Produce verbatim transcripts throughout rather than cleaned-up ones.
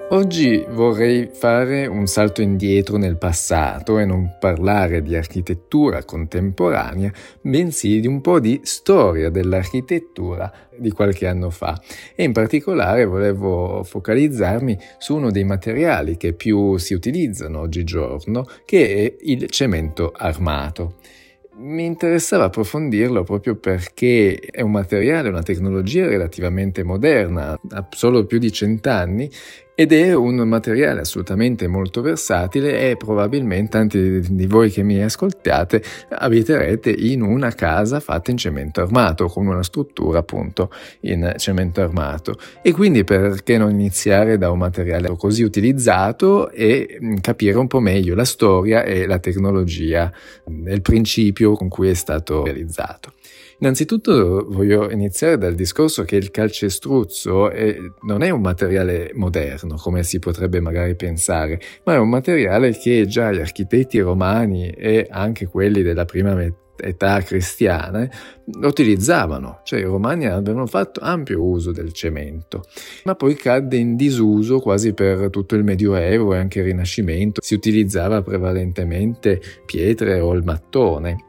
Oggi vorrei fare un salto indietro nel passato e non parlare di architettura contemporanea, bensì di un po' di storia dell'architettura di qualche anno fa. E in particolare volevo focalizzarmi su uno dei materiali che più si utilizzano oggigiorno, che è il cemento armato. Mi interessava approfondirlo proprio perché è un materiale, una tecnologia relativamente moderna, ha solo più di cent'anni, ed è un materiale assolutamente molto versatile e probabilmente tanti di voi che mi ascoltate abiterete in una casa fatta in cemento armato, con una struttura appunto in cemento armato. E quindi perché non iniziare da un materiale così utilizzato e capire un po' meglio la storia e la tecnologia, il principio con cui è stato realizzato. Innanzitutto voglio iniziare dal discorso che il calcestruzzo è, non è un materiale moderno, come si potrebbe magari pensare, ma è un materiale che già gli architetti romani e anche quelli della prima età cristiana lo utilizzavano, cioè i romani avevano fatto ampio uso del cemento, ma poi cadde in disuso quasi per tutto il Medioevo e anche il Rinascimento. Si utilizzava prevalentemente pietre o il mattone.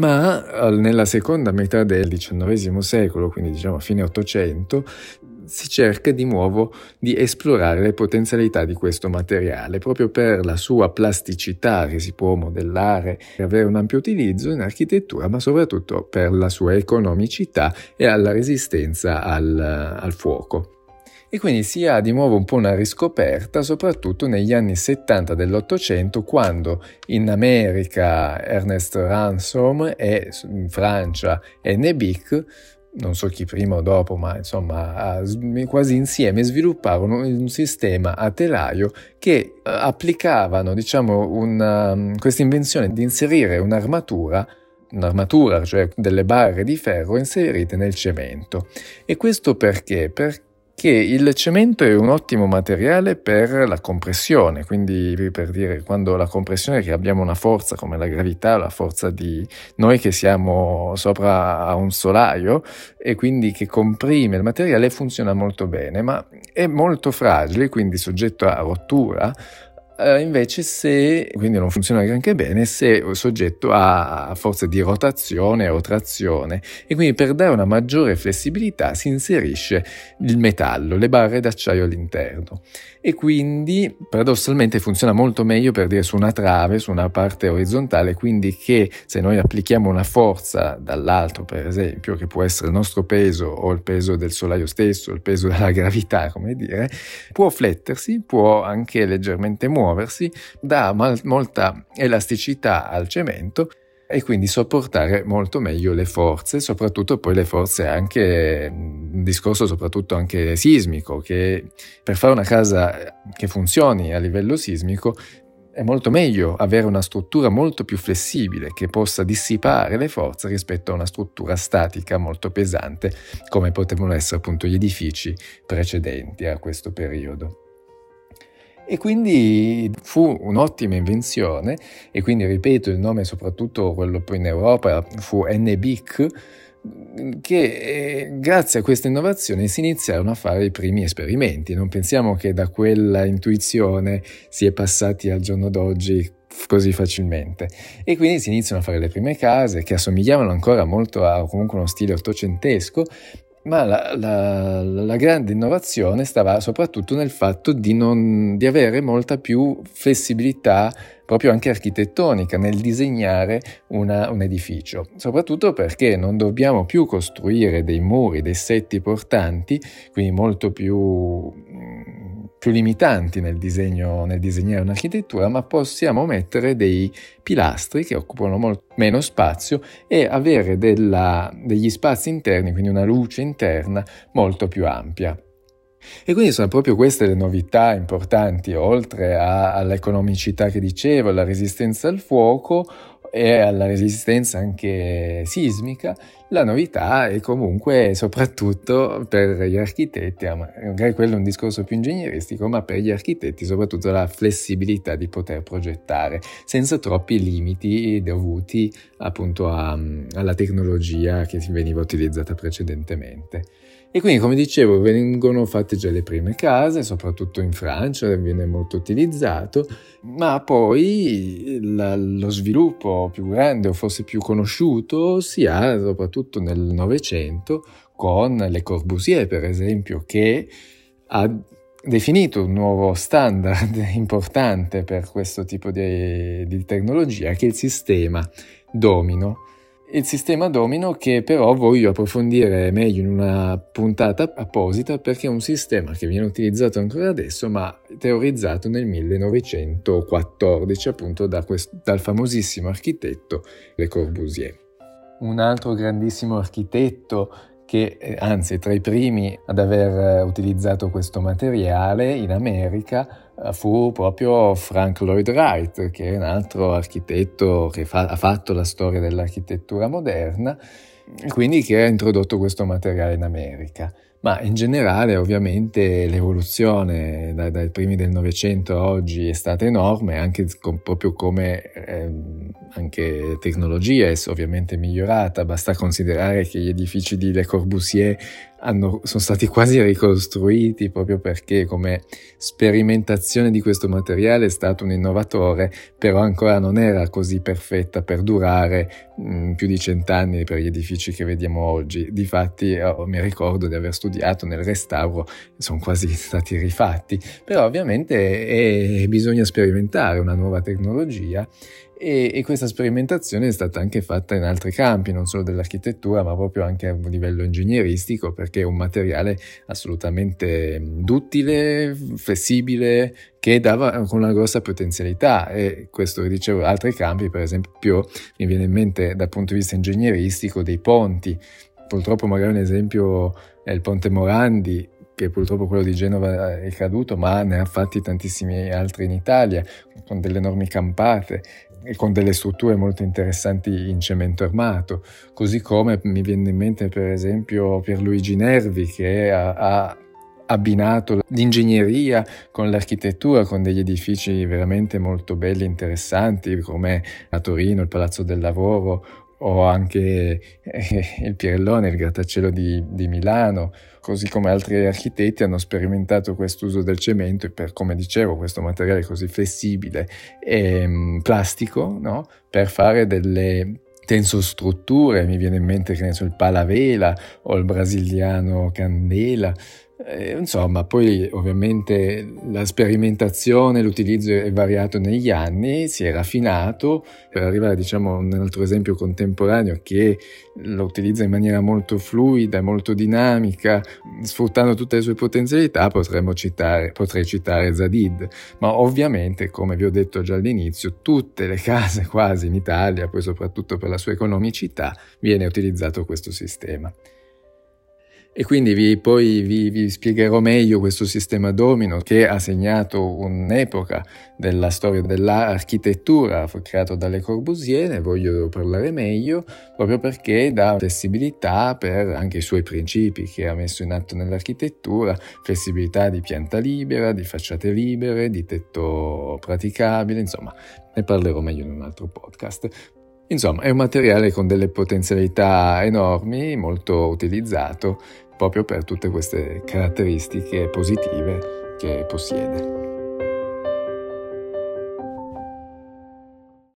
Ma nella seconda metà del diciannovesimo secolo, quindi diciamo a fine Ottocento, si cerca di nuovo di esplorare le potenzialità di questo materiale, proprio per la sua plasticità che si può modellare e avere un ampio utilizzo in architettura, ma soprattutto per la sua economicità e alla resistenza al, al fuoco. E quindi si ha di nuovo un po' una riscoperta, soprattutto negli anni settanta dell'Ottocento, quando in America Ernest Renshaw e in Francia N. Bick, non so chi prima o dopo, ma insomma quasi insieme svilupparono un sistema a telaio che applicavano, diciamo, una, questa invenzione di inserire un'armatura un'armatura, cioè delle barre di ferro inserite nel cemento. E questo perché? Perché che il cemento è un ottimo materiale per la compressione, quindi per dire quando la compressione che abbiamo una forza come la gravità, la forza di noi che siamo sopra a un solaio e quindi che comprime il materiale, funziona molto bene, ma è molto fragile, quindi soggetto a rottura. Uh, invece se, quindi non funziona granché bene se è soggetto a forze di rotazione o trazione, e quindi per dare una maggiore flessibilità si inserisce il metallo, le barre d'acciaio all'interno, e quindi paradossalmente funziona molto meglio per dire su una trave, su una parte orizzontale, quindi che se noi applichiamo una forza dall'alto, per esempio, che può essere il nostro peso o il peso del solaio stesso, il peso della gravità, come dire, può flettersi, può anche leggermente muoversi, muoversi, dà mal- molta elasticità al cemento e quindi sopportare molto meglio le forze, soprattutto poi le forze anche, un discorso soprattutto anche sismico, che per fare una casa che funzioni a livello sismico è molto meglio avere una struttura molto più flessibile che possa dissipare le forze rispetto a una struttura statica molto pesante, come potevano essere appunto gli edifici precedenti a questo periodo. E quindi fu un'ottima invenzione, e quindi ripeto il nome, soprattutto quello poi in Europa, fu N. Bick, che grazie a questa innovazione si iniziarono a fare i primi esperimenti. Non pensiamo che da quella intuizione si è passati al giorno d'oggi così facilmente, e quindi si iniziano a fare le prime case che assomigliavano ancora molto a comunque uno stile ottocentesco. Ma la, la, la grande innovazione stava soprattutto nel fatto di, non, di avere molta più flessibilità proprio anche architettonica nel disegnare una, un edificio, soprattutto perché non dobbiamo più costruire dei muri, dei setti portanti, quindi molto più, più limitanti nel disegno, nel disegnare un'architettura, ma possiamo mettere dei pilastri che occupano molto meno spazio e avere della, degli spazi interni, quindi una luce interna molto più ampia. E quindi sono proprio queste le novità importanti, oltre a, all'economicità che dicevo, alla resistenza al fuoco, e alla resistenza anche sismica. La novità è comunque, soprattutto per gli architetti, magari quello è un discorso più ingegneristico, ma per gli architetti soprattutto la flessibilità di poter progettare senza troppi limiti dovuti appunto a, alla tecnologia che veniva utilizzata precedentemente. E quindi, come dicevo, vengono fatte già le prime case, soprattutto in Francia, viene molto utilizzato, ma poi la, lo sviluppo più grande o forse più conosciuto si ha soprattutto nel Novecento con Le Corbusier, per esempio, che ha definito un nuovo standard importante per questo tipo di, di tecnologia, che è il sistema domino. Il sistema domino che però voglio approfondire meglio in una puntata apposita, perché è un sistema che viene utilizzato ancora adesso, ma teorizzato nel millenovecentoquattordici appunto da quest- dal famosissimo architetto Le Corbusier. Un altro grandissimo architetto che anzi è tra i primi ad aver utilizzato questo materiale in America fu proprio Frank Lloyd Wright, che è un altro architetto che fa, ha fatto la storia dell'architettura moderna, quindi che ha introdotto questo materiale in America. Ma in generale ovviamente l'evoluzione dai, dai primi del Novecento a oggi è stata enorme, anche con, proprio come eh, anche tecnologia è ovviamente migliorata. Basta considerare che gli edifici di Le Corbusier hanno, sono stati quasi ricostruiti proprio perché come sperimentazione di questo materiale è stato un innovatore, però ancora non era così perfetta per durare mh, più di cent'anni per gli edifici che vediamo oggi. Difatti oh, mi ricordo di aver studiato nel restauro, sono quasi stati rifatti, però ovviamente è, bisogna sperimentare una nuova tecnologia. E, e questa sperimentazione è stata anche fatta in altri campi, non solo dell'architettura, ma proprio anche a livello ingegneristico, perché è un materiale assolutamente duttile, flessibile, che dava con una grossa potenzialità. E questo, dicevo, altri campi, per esempio, mi viene in mente dal punto di vista ingegneristico dei ponti. Purtroppo magari un esempio è il Ponte Morandi, che purtroppo quello di Genova è caduto, ma ne ha fatti tantissimi altri in Italia, con delle enormi campate e con delle strutture molto interessanti in cemento armato, così come mi viene in mente per esempio Pierluigi Nervi, che ha, ha abbinato l'ingegneria con l'architettura, con degli edifici veramente molto belli e interessanti, come a Torino il Palazzo del Lavoro, o anche eh, il Pirellone, il grattacielo di, di Milano, così come altri architetti hanno sperimentato quest'uso del cemento e, per, come dicevo, questo materiale così flessibile e mh, plastico, no? Per fare delle tensostrutture. Mi viene in mente, che ne so, il Palavela o il brasiliano Candela. Eh, insomma, poi ovviamente la sperimentazione, l'utilizzo è variato negli anni, si è raffinato per arrivare, diciamo, a un altro esempio contemporaneo che lo utilizza in maniera molto fluida, molto dinamica, sfruttando tutte le sue potenzialità. Potremmo citare, potrei citare Zadid, ma ovviamente, come vi ho detto già all'inizio, tutte le case quasi in Italia, poi soprattutto per la sua economicità, viene utilizzato questo sistema. E quindi vi, poi vi, vi spiegherò meglio questo sistema domino, che ha segnato un'epoca della storia dell'architettura creato da Le Corbusier. Ne voglio parlare meglio proprio perché dà flessibilità per anche i suoi principi che ha messo in atto nell'architettura, flessibilità di pianta libera, di facciate libere, di tetto praticabile, insomma ne parlerò meglio in un altro podcast. Insomma, è un materiale con delle potenzialità enormi, molto utilizzato proprio per tutte queste caratteristiche positive che possiede.